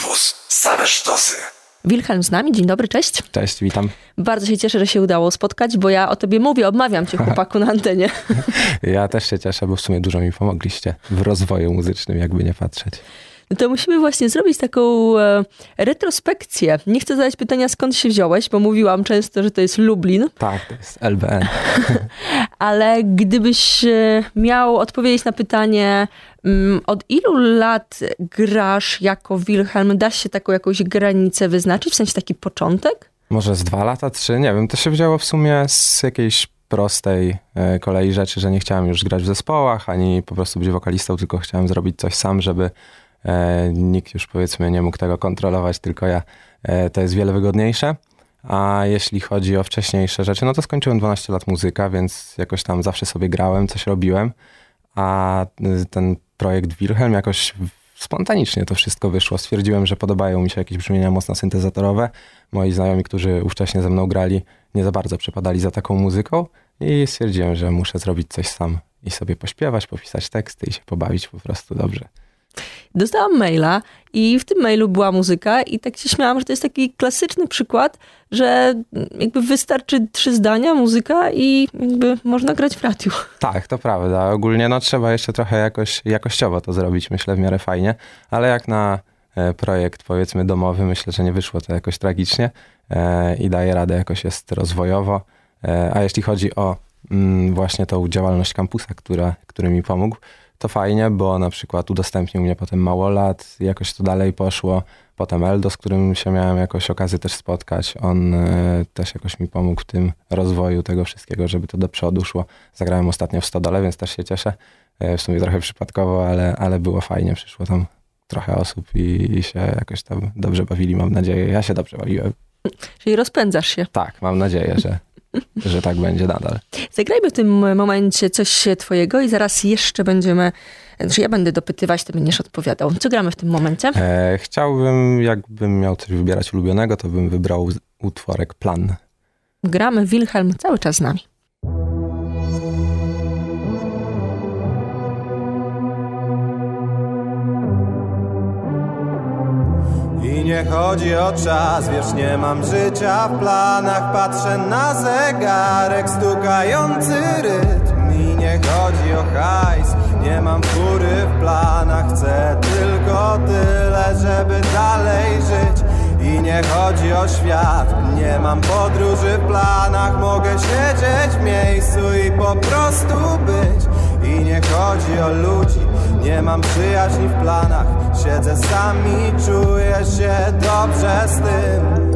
Campus. Same sztosy. Wilhelm z nami, dzień dobry, cześć. Cześć, witam. Bardzo się cieszę, że się udało spotkać, bo ja o tobie mówię, obmawiam cię, chłopaku, na antenie. Ja też się cieszę, bo w sumie dużo mi pomogliście w rozwoju muzycznym, jakby nie patrzeć. No to musimy właśnie zrobić taką retrospekcję. Nie chcę zadać pytania, skąd się wziąłeś, bo mówiłam często, że to jest Lublin. Tak, to jest LBN. Ale gdybyś miał odpowiedzieć na pytanie, od ilu lat grasz jako Wilhelm? Da się taką jakąś granicę wyznaczyć, w sensie taki początek? Może z 2 lata, 3, nie wiem. To się wzięło w sumie z jakiejś prostej kolei rzeczy, że nie chciałem już grać w zespołach, ani po prostu być wokalistą, tylko chciałem zrobić coś sam, żeby nikt już powiedzmy nie mógł tego kontrolować, tylko ja. To jest wiele wygodniejsze. A jeśli chodzi o wcześniejsze rzeczy, no to skończyłem 12 lat muzyka, więc jakoś tam zawsze sobie grałem, coś robiłem. A ten projekt Wilhelm jakoś spontanicznie to wszystko wyszło. Stwierdziłem, że podobają mi się jakieś brzmienia mocno syntezatorowe. Moi znajomi, którzy ówcześnie ze mną grali, nie za bardzo przepadali za taką muzyką i stwierdziłem, że muszę zrobić coś sam i sobie pośpiewać, popisać teksty i się pobawić po prostu dobrze. Dostałam maila i w tym mailu była muzyka i tak się śmiałam, że to jest taki klasyczny przykład, że jakby wystarczy 3 zdania, muzyka i jakby można grać w radiu. Tak, to prawda. Ogólnie no trzeba jeszcze trochę jakościowo to zrobić, myślę w miarę fajnie, ale jak na projekt powiedzmy domowy, myślę, że nie wyszło to jakoś tragicznie i daje radę, jakoś jest rozwojowo. A jeśli chodzi o właśnie tą działalność kampusa, który mi pomógł, to fajnie, bo na przykład udostępnił mnie potem Małolat, jakoś to dalej poszło. Potem Eldo, z którym się miałem jakoś okazję też spotkać. On też jakoś mi pomógł w tym rozwoju tego wszystkiego, żeby to do przodu szło. Zagrałem ostatnio w Stodole, więc też się cieszę. W sumie trochę przypadkowo, ale było fajnie. Przyszło tam trochę osób i się jakoś tam dobrze bawili, mam nadzieję. Ja się dobrze bawiłem. Czyli rozpędzasz się. Tak, mam nadzieję, że tak będzie nadal. Zagrajmy w tym momencie coś twojego i zaraz jeszcze będziemy, znaczy ja będę dopytywać, ty będziesz odpowiadał. Co gramy w tym momencie? Chciałbym, jakbym miał coś wybierać ulubionego, to bym wybrał utworek Plan. Gramy Wilhelm cały czas z nami. I nie chodzi o czas, wiesz, nie mam życia w planach. Patrzę na zegarek, stukający rytm. I nie chodzi o hajs, nie mam fury w planach. Chcę tylko tyle, żeby dalej żyć. I nie chodzi o świat, nie mam podróży w planach. Mogę siedzieć w miejscu i po prostu być. I nie chodzi o ludzi, nie mam przyjaźni w planach. Siedzę sam i czuję się dobrze z tym.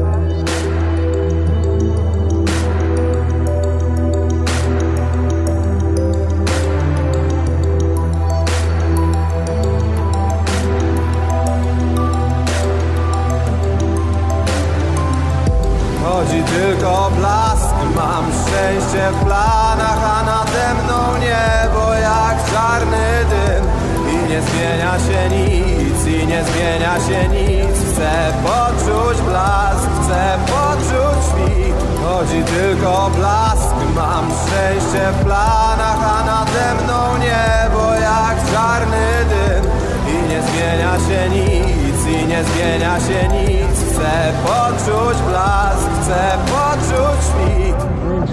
Chodzi tylko o blask, mam szczęście w planach, a nade mną niebo jak czarny dym. I nie zmienia się nic, i nie zmienia się nic. Chcę poczuć blask, chcę poczuć świt. Chodzi tylko o blask, mam szczęście w planach, a nade mną niebo jak czarny dym. I nie zmienia się nic, i nie zmienia się nic. Chcę poczuć blask, chcę poczuć świt.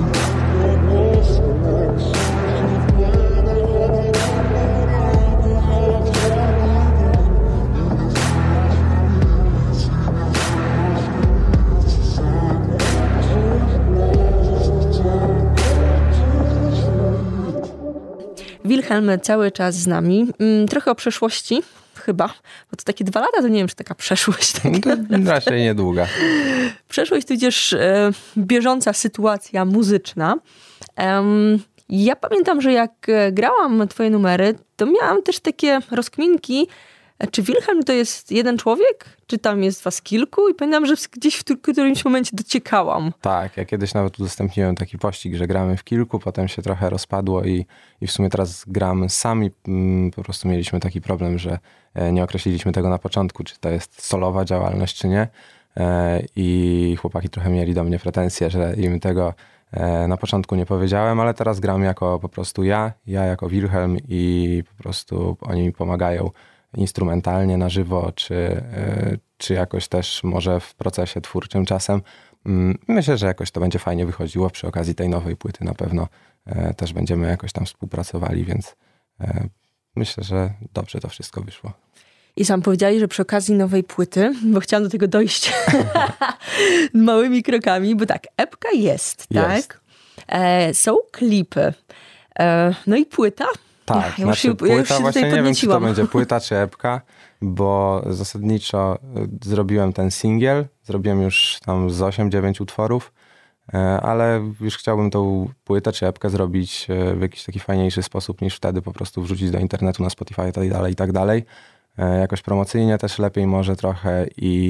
Wilhelm cały czas z nami. Trochę o przeszłości chyba, bo to takie 2 lata, to nie wiem, czy taka przeszłość. Raczej niedługa. Przeszłość, tudzież bieżąca sytuacja muzyczna. Ja pamiętam, że jak grałam twoje numery, to miałam też takie rozkminki, czy Wilhelm to jest jeden człowiek? Czy tam jest was kilku? I pamiętam, że gdzieś w którymś momencie dociekałam. Tak, ja kiedyś nawet udostępniłem taki pościg, że gramy w kilku, potem się trochę rozpadło i w sumie teraz gramy sami. Po prostu mieliśmy taki problem, że nie określiliśmy tego na początku, czy to jest solowa działalność, czy nie. I chłopaki trochę mieli do mnie pretensje, że im tego na początku nie powiedziałem, ale teraz gram jako po prostu ja jako Wilhelm i po prostu oni mi pomagają instrumentalnie na żywo, czy jakoś też może w procesie twórczym czasem. Myślę, że jakoś to będzie fajnie wychodziło. Przy okazji tej nowej płyty na pewno też będziemy jakoś tam współpracowali, więc myślę, że dobrze to wszystko wyszło. I sam powiedzieli, że przy okazji nowej płyty, bo chciałam do tego dojść małymi krokami, bo tak, epka jest, tak? Są klipy. No i płyta? Tak, ja już się płyta tutaj właśnie nie wiem, czy to podnieciłam. będzie płyta czy epka, bo zasadniczo zrobiłem ten singiel, zrobiłem już tam z 8-9 utworów, ale już chciałbym tą płytę czy epkę zrobić w jakiś taki fajniejszy sposób niż wtedy, po prostu wrzucić do internetu, na Spotify i tak dalej. Jakoś promocyjnie też lepiej może trochę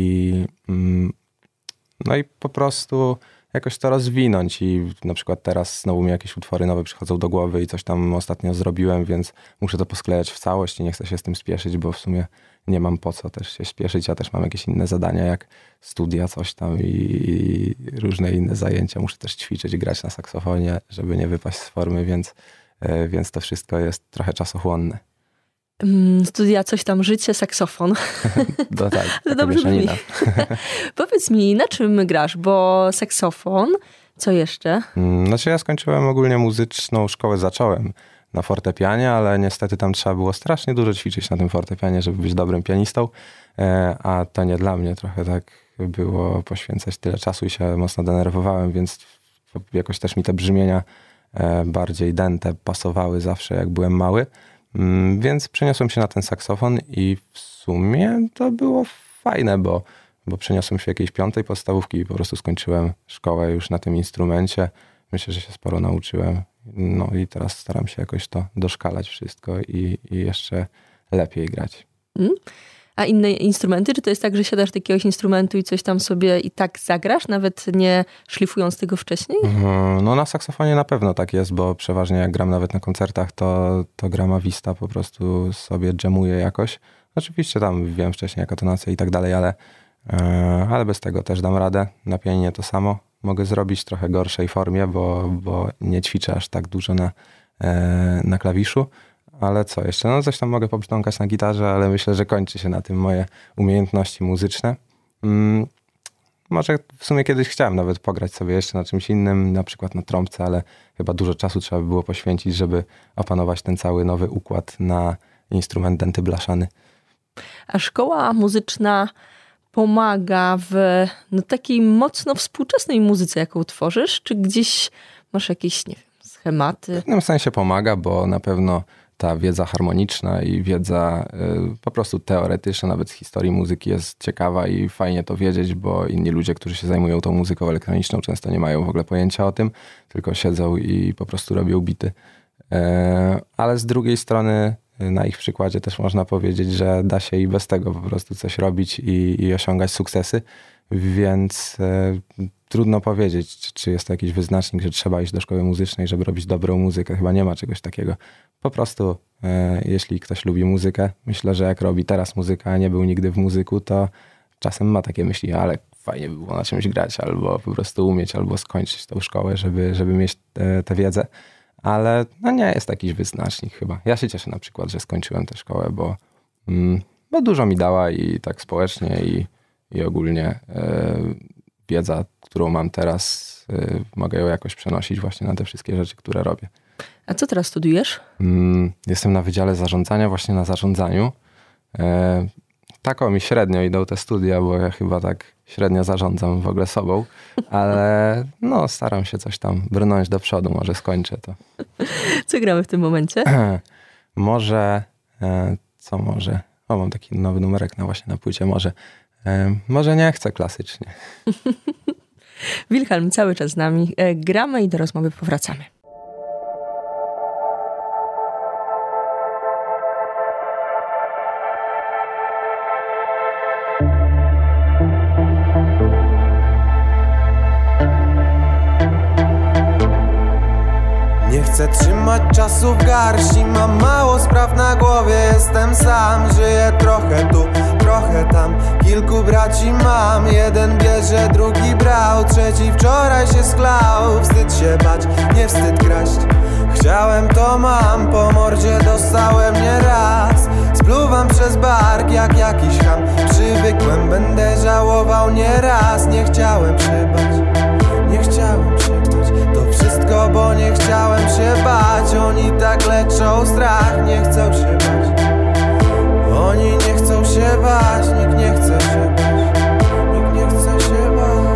no i po prostu jakoś to rozwinąć i na przykład teraz znowu mi jakieś utwory nowe przychodzą do głowy i coś tam ostatnio zrobiłem, więc muszę to posklejać w całość i nie chcę się z tym spieszyć, bo w sumie nie mam po co też się spieszyć. Ja też mam jakieś inne zadania, jak studia, coś tam i różne inne zajęcia. Muszę też ćwiczyć, grać na saksofonie, żeby nie wypaść z formy, więc to wszystko jest trochę czasochłonne. Studia, coś tam, życie, saksofon. No tak, to dobrze brzmi. Powiedz mi, na czym grasz? Bo saksofon, co jeszcze? Znaczy ja skończyłem ogólnie muzyczną szkołę, zacząłem na fortepianie, ale niestety tam trzeba było strasznie dużo ćwiczyć na tym fortepianie, żeby być dobrym pianistą, a to nie dla mnie. Trochę tak było poświęcać tyle czasu i się mocno denerwowałem, więc jakoś też mi te brzmienia bardziej dęte pasowały zawsze, jak byłem mały. Więc przeniosłem się na ten saksofon i w sumie to było fajne, bo przeniosłem się w jakiejś 5. podstawówki i po prostu skończyłem szkołę już na tym instrumencie. Myślę, że się sporo nauczyłem. No i teraz staram się jakoś to doszkalać wszystko i jeszcze lepiej grać. A inne instrumenty? Czy to jest tak, że siadasz do jakiegoś instrumentu i coś tam sobie i tak zagrasz, nawet nie szlifując tego wcześniej? No na saksofonie na pewno tak jest, bo przeważnie jak gram nawet na koncertach, to gram awista, po prostu sobie dżemuję jakoś. Oczywiście tam wiem wcześniej jaka tonacja i tak dalej, ale bez tego też dam radę. Na pianinie to samo mogę zrobić w trochę gorszej formie, bo nie ćwiczę aż tak dużo na klawiszu. Ale co jeszcze? No coś tam mogę pobrzdąkać na gitarze, ale myślę, że kończy się na tym moje umiejętności muzyczne. Może w sumie kiedyś chciałem nawet pograć sobie jeszcze na czymś innym, na przykład na trąbce, ale chyba dużo czasu trzeba by było poświęcić, żeby opanować ten cały nowy układ na instrument dęty blaszany. A szkoła muzyczna pomaga w takiej mocno współczesnej muzyce, jaką tworzysz? Czy gdzieś masz jakieś, nie wiem, schematy? W pewnym sensie pomaga, bo na pewno ta wiedza harmoniczna i wiedza po prostu teoretyczna, nawet z historii muzyki jest ciekawa i fajnie to wiedzieć, bo inni ludzie, którzy się zajmują tą muzyką elektroniczną, często nie mają w ogóle pojęcia o tym, tylko siedzą i po prostu robią bity. Ale z drugiej strony na ich przykładzie też można powiedzieć, że da się i bez tego po prostu coś robić i osiągać sukcesy, więc trudno powiedzieć, czy jest to jakiś wyznacznik, że trzeba iść do szkoły muzycznej, żeby robić dobrą muzykę. Chyba nie ma czegoś takiego. Po prostu jeśli ktoś lubi muzykę, myślę, że jak robi teraz muzykę, a nie był nigdy w muzyku, to czasem ma takie myśli, ale fajnie by było na czymś grać, albo po prostu umieć, albo skończyć tą szkołę, żeby mieć tę wiedzę. Ale no nie jest jakiś wyznacznik chyba. Ja się cieszę na przykład, że skończyłem tę szkołę, bo dużo mi dała i tak społecznie i ogólnie wiedza, którą mam teraz, mogę ją jakoś przenosić właśnie na te wszystkie rzeczy, które robię. A co teraz studiujesz? Jestem na Wydziale Zarządzania, właśnie na zarządzaniu. Tak mi średnio idą te studia, bo ja chyba tak średnio zarządzam w ogóle sobą, ale no staram się coś tam brnąć do przodu, może skończę to. Co gramy w tym momencie? Może, co może? O, mam taki nowy numerek właśnie na płycie, może nie chcę klasycznie. Wilhelm cały czas z nami. Gramy i do rozmowy powracamy. Nie chcę trzymać czasu w garści, mam mało spraw na głowie, jestem sam, żyję trochę tu, trochę tam. Kilku braci mam, jeden bierze, drugi brał, trzeci wczoraj się sklał. Wstyd się bać, nie wstyd kraść, chciałem to mam, po mordzie dostałem nie raz. Spluwam przez bark jak jakiś cham. Przywykłem, będę żałował nieraz. Nie chciałem się bać, nie chciałem się bać. To wszystko, bo nie chciałem się bać. Oni tak leczą strach, nie chcą się bać. Oni nie chcą się bać, nikt nie chce się bać. Nikt nie chce się bać.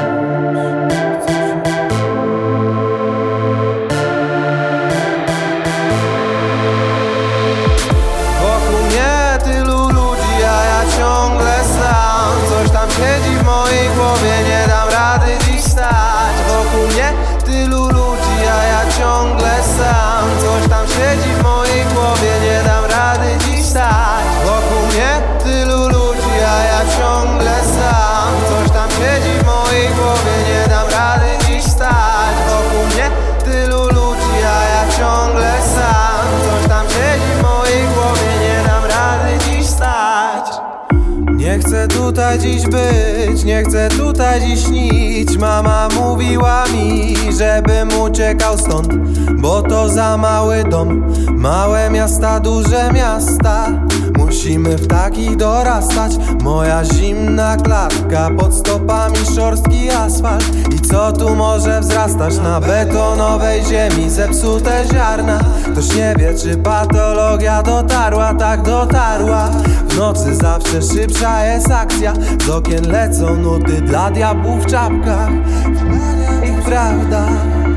Wokół mnie tylu ludzi, a ja ciągle sam. Coś tam siedzi w mojej głowie, nie dam rady dziś stać. Wokół mnie tylu ludzi, a ja ciągle sam. Coś tam siedzi w mojej głowie, nie dam rady dziś stać. Wokół mnie tylu ludzi, a ja ciągle sam. Coś tam siedzi w mojej głowie, nie dam rady dziś stać. Wokół mnie tylu ludzi, a ja ciągle sam. Coś tam siedzi w mojej głowie, nie dam rady dziś stać. Nie chcę tutaj dziś być, nie chcę tutaj dziś śnić. Mama mówiła mi, żebym uciekał stąd, bo to za mały dom. Małe miasta, duże miasta, musimy w takich dorastać. Moja zimna klatka, pod stopami szorstki asfalt. I co tu może wzrastać na betonowej ziemi? Zepsute ziarna. Ktoś nie wie, czy patologia dotarła, tak dotarła. W nocy zawsze szybsza jest akcja. Z okien lecą nuty dla diabłów w czapkach. Ich prawda.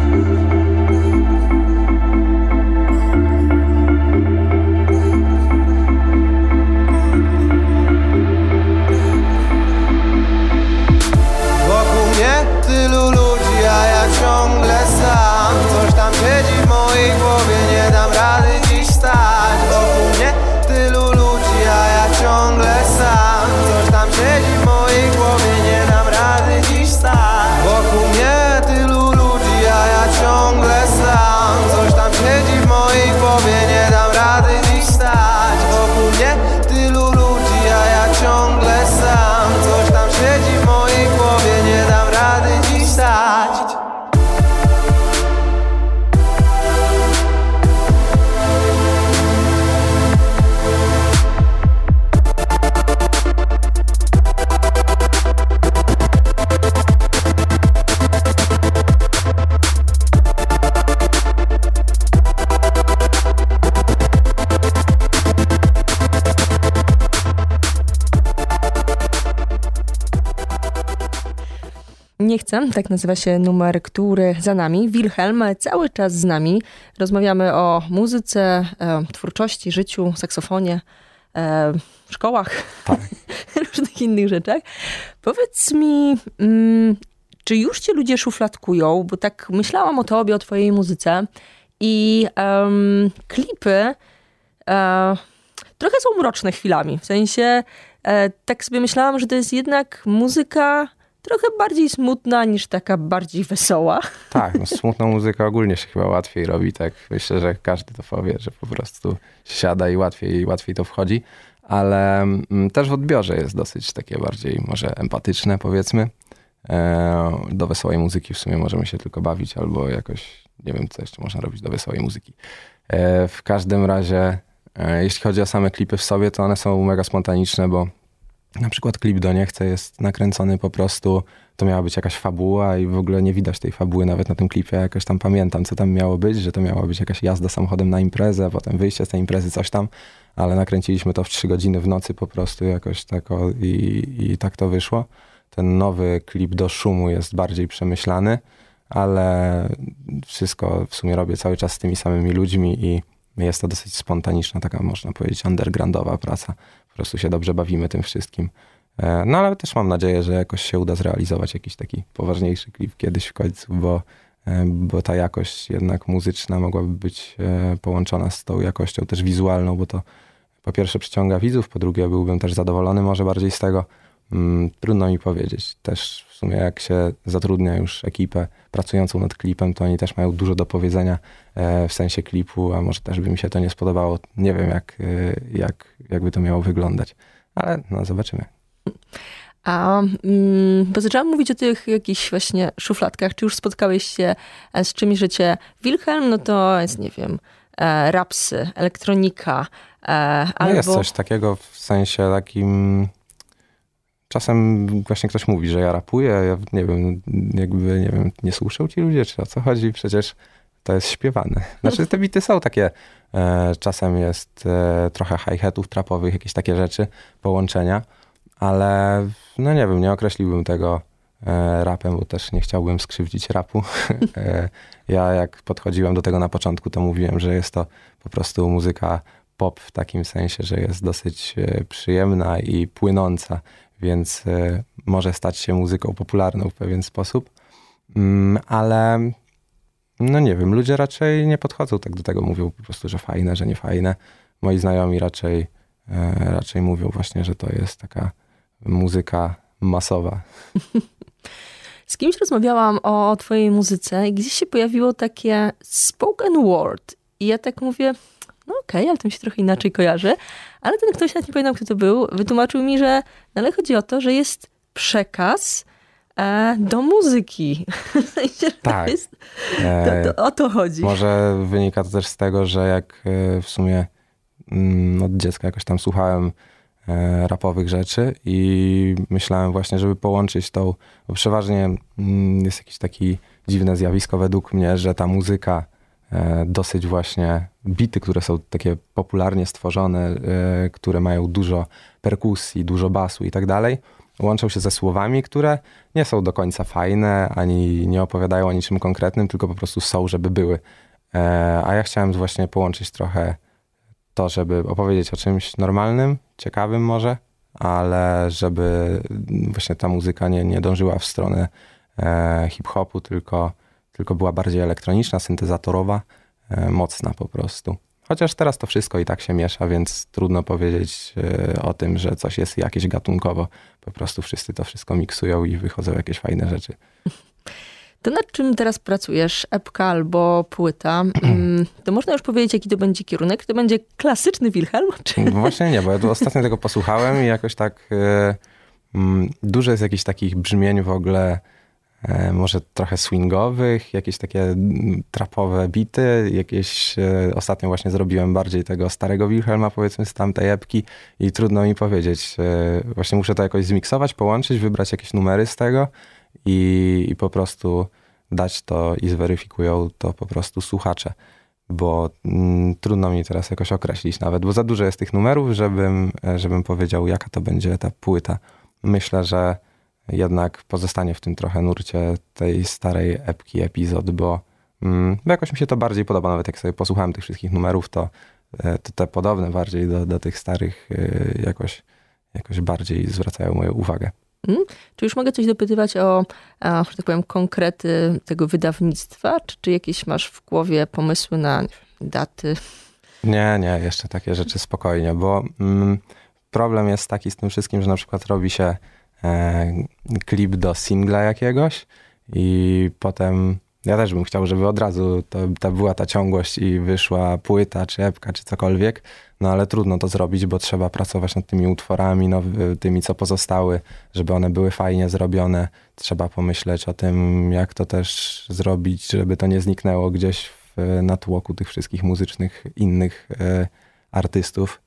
Wokół mnie tylu ludzi, a ja ciągle sam. Coś tam siedzi w mojej głowie, nie dam rady dziś stać. Wokół mnie tylu ludzi, a ja ciągle sam. Coś tam siedzi w mojej głowie, nie dam rady dziś stać. Wokół mnie tylu ludzi, a ja ciągle sam. Coś tam siedzi w mojej głowie, nie dam rady dziś stać. Wokół mnie tylu ludzi, a ja ciągle sam. Coś tam siedzi w mojej głowie, nie dam rady dziś stać. Nie chcę, tak nazywa się numer, który za nami. Wilhelm cały czas z nami. Rozmawiamy o muzyce, twórczości, życiu, saksofonie, szkołach, tak. Różnych innych rzeczach. Powiedz mi, czy już cię ludzie szufladkują? Bo tak myślałam o tobie, o twojej muzyce i klipy trochę są mroczne chwilami. W sensie tak sobie myślałam, że to jest jednak muzyka trochę bardziej smutna niż taka bardziej wesoła. Tak, no smutną muzykę ogólnie się chyba łatwiej robi, tak myślę, że każdy to powie, że po prostu siada i łatwiej to wchodzi, ale też w odbiorze jest dosyć takie bardziej może empatyczne, powiedzmy. Do wesołej muzyki w sumie możemy się tylko bawić albo jakoś, nie wiem, co jeszcze można robić do wesołej muzyki. W każdym razie, jeśli chodzi o same klipy w sobie, to one są mega spontaniczne, bo na przykład klip do Nie chcę jest nakręcony po prostu, to miała być jakaś fabuła i w ogóle nie widać tej fabuły nawet na tym klipie. Ja jakoś tam pamiętam, co tam miało być, że to miała być jakaś jazda samochodem na imprezę, a potem wyjście z tej imprezy, coś tam, ale nakręciliśmy to w 3 godziny w nocy po prostu jakoś tak i tak to wyszło. Ten nowy klip do Szumu jest bardziej przemyślany, ale wszystko w sumie robię cały czas z tymi samymi ludźmi i jest to dosyć spontaniczna, taka można powiedzieć undergroundowa praca. Po prostu się dobrze bawimy tym wszystkim. No ale też mam nadzieję, że jakoś się uda zrealizować jakiś taki poważniejszy klip kiedyś w końcu, bo ta jakość jednak muzyczna mogłaby być połączona z tą jakością też wizualną, bo to po pierwsze przyciąga widzów, po drugie byłbym też zadowolony może bardziej z tego. Trudno mi powiedzieć. Też w sumie jak się zatrudnia już ekipę pracującą nad klipem, to oni też mają dużo do powiedzenia w sensie klipu, a może też by mi się to nie spodobało. Nie wiem jakby to miało wyglądać, ale no zobaczymy. Bo zaczęłam mówić o tych jakichś właśnie szufladkach. Czy już spotkałeś się z czymś, że cię Wilhelm, no to jest, nie wiem, rapsy, elektronika, Albo... jest coś takiego w sensie takim... Czasem właśnie ktoś mówi, że ja rapuję, ja nie wiem, nie słyszą ci ludzie, czy o co chodzi, przecież to jest śpiewane. Znaczy te bity są takie, czasem jest trochę hi-hatów trapowych, jakieś takie rzeczy, połączenia, ale no nie wiem, nie określiłbym tego rapem, bo też nie chciałbym skrzywdzić rapu. Ja jak podchodziłem do tego na początku, to mówiłem, że jest to po prostu muzyka pop w takim sensie, że jest dosyć przyjemna i płynąca, więc może stać się muzyką popularną w pewien sposób, ale no nie wiem, ludzie raczej nie podchodzą tak do tego, mówią po prostu, że fajne, że nie fajne. Moi znajomi raczej mówią właśnie, że to jest taka muzyka masowa. Z kimś rozmawiałam o twojej muzyce i gdzieś się pojawiło takie spoken word. I ja tak mówię, no okej, ale to mi się trochę inaczej kojarzy. Ale ten ktoś, nawet nie pamiętam kto to był, wytłumaczył mi, że ale chodzi o to, że jest przekaz do muzyki. W sensie, tak. To o to chodzi. Może wynika to też z tego, że jak w sumie od dziecka jakoś tam słuchałem rapowych rzeczy i myślałem właśnie, żeby połączyć tą, bo przeważnie jest jakieś takie dziwne zjawisko według mnie, że ta muzyka dosyć właśnie bity, które są takie popularnie stworzone, które mają dużo perkusji, dużo basu i tak dalej, łączą się ze słowami, które nie są do końca fajne, ani nie opowiadają o niczym konkretnym, tylko po prostu są, żeby były. A ja chciałem właśnie połączyć trochę to, żeby opowiedzieć o czymś normalnym, ciekawym może, ale żeby właśnie ta muzyka nie dążyła w stronę hip-hopu, tylko była bardziej elektroniczna, syntezatorowa, mocna po prostu. Chociaż teraz to wszystko i tak się miesza, więc trudno powiedzieć o tym, że coś jest jakieś gatunkowo. Po prostu wszyscy to wszystko miksują i wychodzą jakieś fajne rzeczy. To nad czym teraz pracujesz, epka albo płyta, to można już powiedzieć, jaki to będzie kierunek? To będzie klasyczny Wilhelm? Czy... No właśnie nie, bo ja tu ostatnio tego posłuchałem i jakoś tak dużo jest jakichś takich brzmień w ogóle, może trochę swingowych, jakieś takie trapowe bity, jakieś ostatnio właśnie zrobiłem bardziej tego starego Wilhelma, powiedzmy z tamtej epki i trudno mi powiedzieć. Właśnie muszę to jakoś zmiksować, połączyć, wybrać jakieś numery z tego i po prostu dać to i zweryfikują to po prostu słuchacze, bo trudno mi teraz jakoś określić nawet, bo za dużo jest tych numerów, żebym powiedział, jaka to będzie ta płyta. Myślę, że jednak pozostanie w tym trochę nurcie tej starej epki epizod, bo jakoś mi się to bardziej podoba, nawet jak sobie posłuchałem tych wszystkich numerów, to te podobne bardziej do tych starych jakoś bardziej zwracają moją uwagę. Czy już mogę coś dopytywać o, że tak powiem, konkrety tego wydawnictwa? Czy jakieś masz w głowie pomysły na daty? Nie, jeszcze takie rzeczy spokojnie, bo problem jest taki z tym wszystkim, że na przykład robi się klip do singla jakiegoś i potem ja też bym chciał, żeby od razu to była ta ciągłość i wyszła płyta, czy epka, czy cokolwiek, no ale trudno to zrobić, bo trzeba pracować nad tymi utworami, tymi co pozostały, żeby one były fajnie zrobione. Trzeba pomyśleć o tym, jak to też zrobić, żeby to nie zniknęło gdzieś w natłoku tych wszystkich muzycznych innych artystów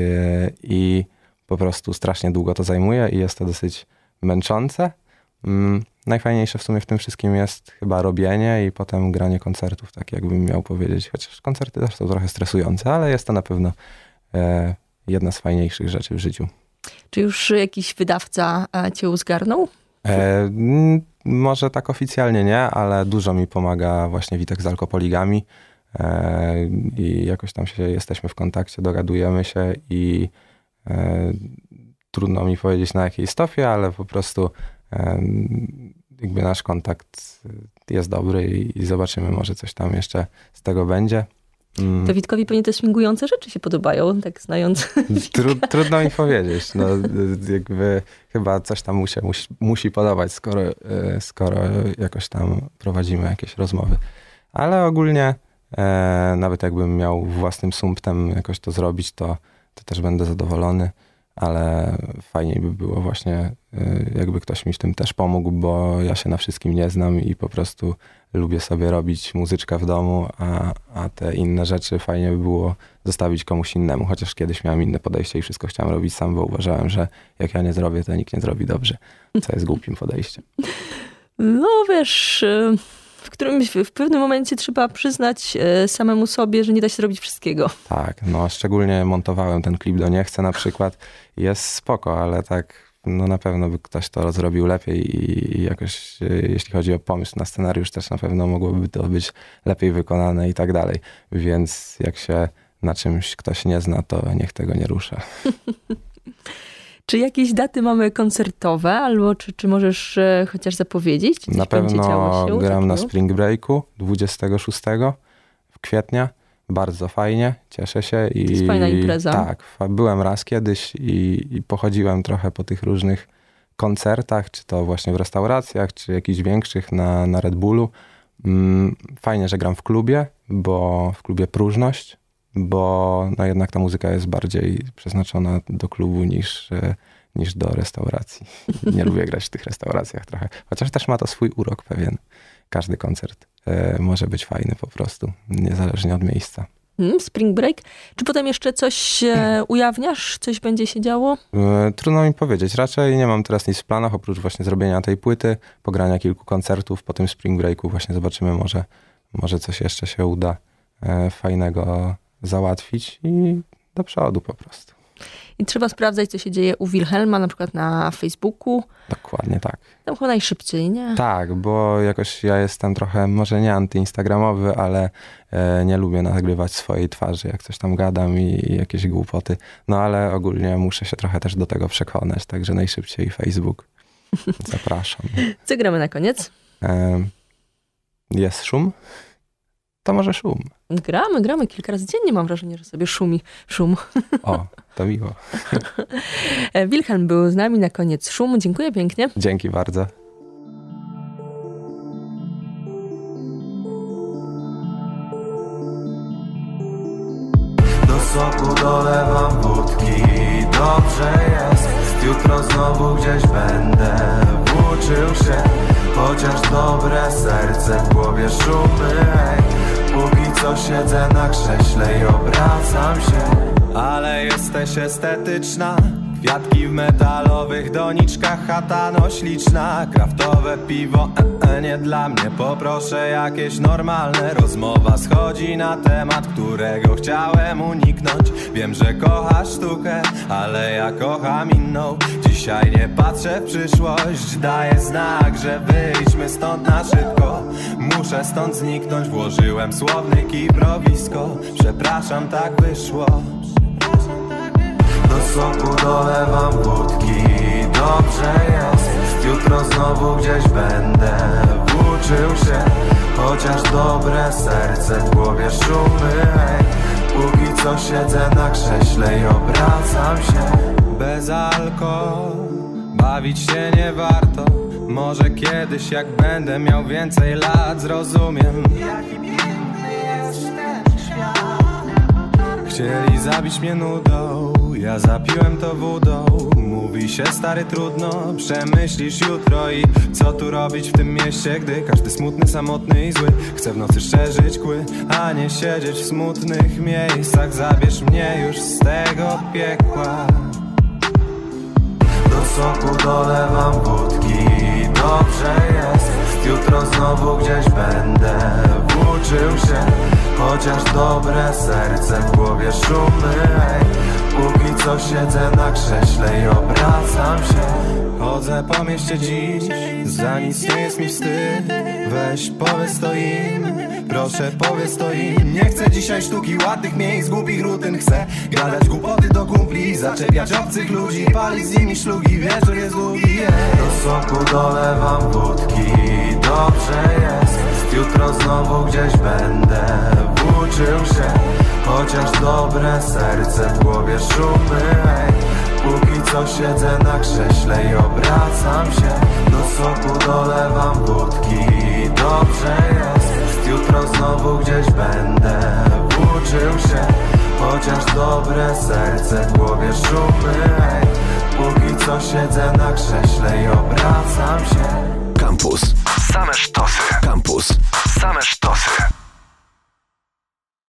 i po prostu strasznie długo to zajmuje i jest to dosyć męczące. Najfajniejsze w sumie w tym wszystkim jest chyba robienie i potem granie koncertów, tak jakbym miał powiedzieć. Chociaż koncerty też są trochę stresujące, ale jest to na pewno jedna z fajniejszych rzeczy w życiu. Czy już jakiś wydawca cię uzgarnął? Może tak oficjalnie nie, ale dużo mi pomaga właśnie Witek z Alkopoligami i jakoś tam jesteśmy w kontakcie, dogadujemy się i trudno mi powiedzieć na jakiej stopie, ale po prostu jakby nasz kontakt jest dobry i zobaczymy, może coś tam jeszcze z tego będzie. To Witkowi pewnie te swingujące rzeczy się podobają, tak znając. Trudno mi powiedzieć. No, jakby chyba coś tam musi podobać, skoro jakoś tam prowadzimy jakieś rozmowy. Ale ogólnie nawet jakbym miał własnym sumptem jakoś to zrobić, to też będę zadowolony. ale fajniej by było właśnie, jakby ktoś mi w tym też pomógł, bo ja się na wszystkim nie znam i po prostu lubię sobie robić muzyczkę w domu, a te inne rzeczy fajnie by było zostawić komuś innemu, chociaż kiedyś miałem inne podejście i wszystko chciałem robić sam, bo uważałem, że jak ja nie zrobię, to nikt nie zrobi dobrze, co jest głupim podejściem. No wiesz, w pewnym momencie trzeba przyznać samemu sobie, że nie da się zrobić wszystkiego. Tak, no szczególnie montowałem ten klip do Nie chcę na przykład. Jest spoko, ale tak no na pewno by ktoś to zrobił lepiej i jakoś jeśli chodzi o pomysł na scenariusz też na pewno mogłoby to być lepiej wykonane i tak dalej. Więc jak się na czymś ktoś nie zna, to niech tego nie rusza. Czy jakieś daty mamy koncertowe, albo czy możesz chociaż zapowiedzieć? Coś na pewno gram na Spring Breaku 26 kwietnia. Bardzo fajnie, cieszę się. To jest fajna impreza. Tak, byłem raz kiedyś i pochodziłem trochę po tych różnych koncertach, czy to właśnie w restauracjach, czy jakichś większych na Red Bullu. Fajnie, że gram w klubie, bo w klubie Próżność, bo no jednak ta muzyka jest bardziej przeznaczona do klubu niż do restauracji. Nie lubię grać w tych restauracjach trochę, chociaż też ma to swój urok pewien. Każdy koncert może być fajny po prostu, niezależnie od miejsca. Spring Break. Czy potem jeszcze coś ujawniasz? Coś będzie się działo? Trudno mi powiedzieć. Raczej nie mam teraz nic w planach, oprócz właśnie zrobienia tej płyty, pogrania kilku koncertów. Po tym Spring Breaku właśnie zobaczymy, może coś jeszcze się uda fajnego załatwić i do przodu po prostu. I trzeba sprawdzać, co się dzieje u Wilhelma, na przykład na Facebooku. Dokładnie tak. Tam chyba najszybciej, nie? Tak, bo jakoś ja jestem trochę, może nie antyinstagramowy, ale nie lubię nagrywać swojej twarzy, jak coś tam gadam i jakieś głupoty. No ale ogólnie muszę się trochę też do tego przekonać, także najszybciej Facebook. Zapraszam. Co gramy na koniec? Jest szum? To może szum. Gramy kilka razy dziennie, mam wrażenie, że sobie szum. O, to miło. Wilhelm był z nami na koniec Szum. Dziękuję pięknie. Dzięki bardzo. Do soku dolewam wódki, dobrze jest. Jutro znowu gdzieś będę włóczył się, chociaż dobre serce w głowie szumy. Póki co siedzę na krześle i obracam się. Ale jesteś estetyczna, kwiatki w metalowych doniczkach, chata no śliczna. Kraftowe piwo, nie dla mnie, poproszę jakieś normalne. Rozmowa schodzi na temat, którego chciałem uniknąć. Wiem, że kochasz sztukę, ale ja kocham inną. Dzisiaj nie patrzę w przyszłość, daję znak, że wyjdźmy stąd na szybko. Muszę stąd zniknąć, włożyłem słownik i mrowisko. Przepraszam, tak wyszło. Do soku dolewam wódki, dobrze jest. Jutro znowu gdzieś będę włóczył się, chociaż dobre serce w głowie szumy. Póki co siedzę na krześle i obracam się. Bez alkohol bawić się nie warto. Może kiedyś jak będę miał więcej lat zrozumiem, jaki piękny jest ten świat. Chcieli zabić mnie nudą, ja zapiłem to wódą. Mówi się stary trudno, przemyślisz jutro. I co tu robić w tym mieście, gdy każdy smutny, samotny i zły chce w nocy szerzyć kły, a nie siedzieć w smutnych miejscach. Zabierz mnie już z tego piekła. Do soku dolewam wódki, dobrze jest. Jutro znowu gdzieś będę włóczył się, chociaż dobre serce w głowie szumy. Póki co siedzę na krześle i obracam się. Chodzę po mieście dziś, za nic nie jest mi wstyd. Weź powiedz to im, proszę powiedz to im. Nie chcę dzisiaj sztuki, ładnych miejsc, głupich rutyn. Chcę gadać głupoty do kumpli, zaczepiać obcych ludzi, palić z nimi szlugi, wieczór jest długi. Do soku dolewam wódki, dobrze jest. Jutro znowu gdzieś będę włóczył się, chociaż dobre serce w głowie szumy. Póki co siedzę na krześle i obracam się. Do soku dolewam wódki, dobrze jest. Jutro znowu gdzieś będę włóczył się, chociaż chociaż dobre serce w głowie szumy. Póki co siedzę na krześle i obracam się. Campus. Same sztosy. Campus. Same sztosy.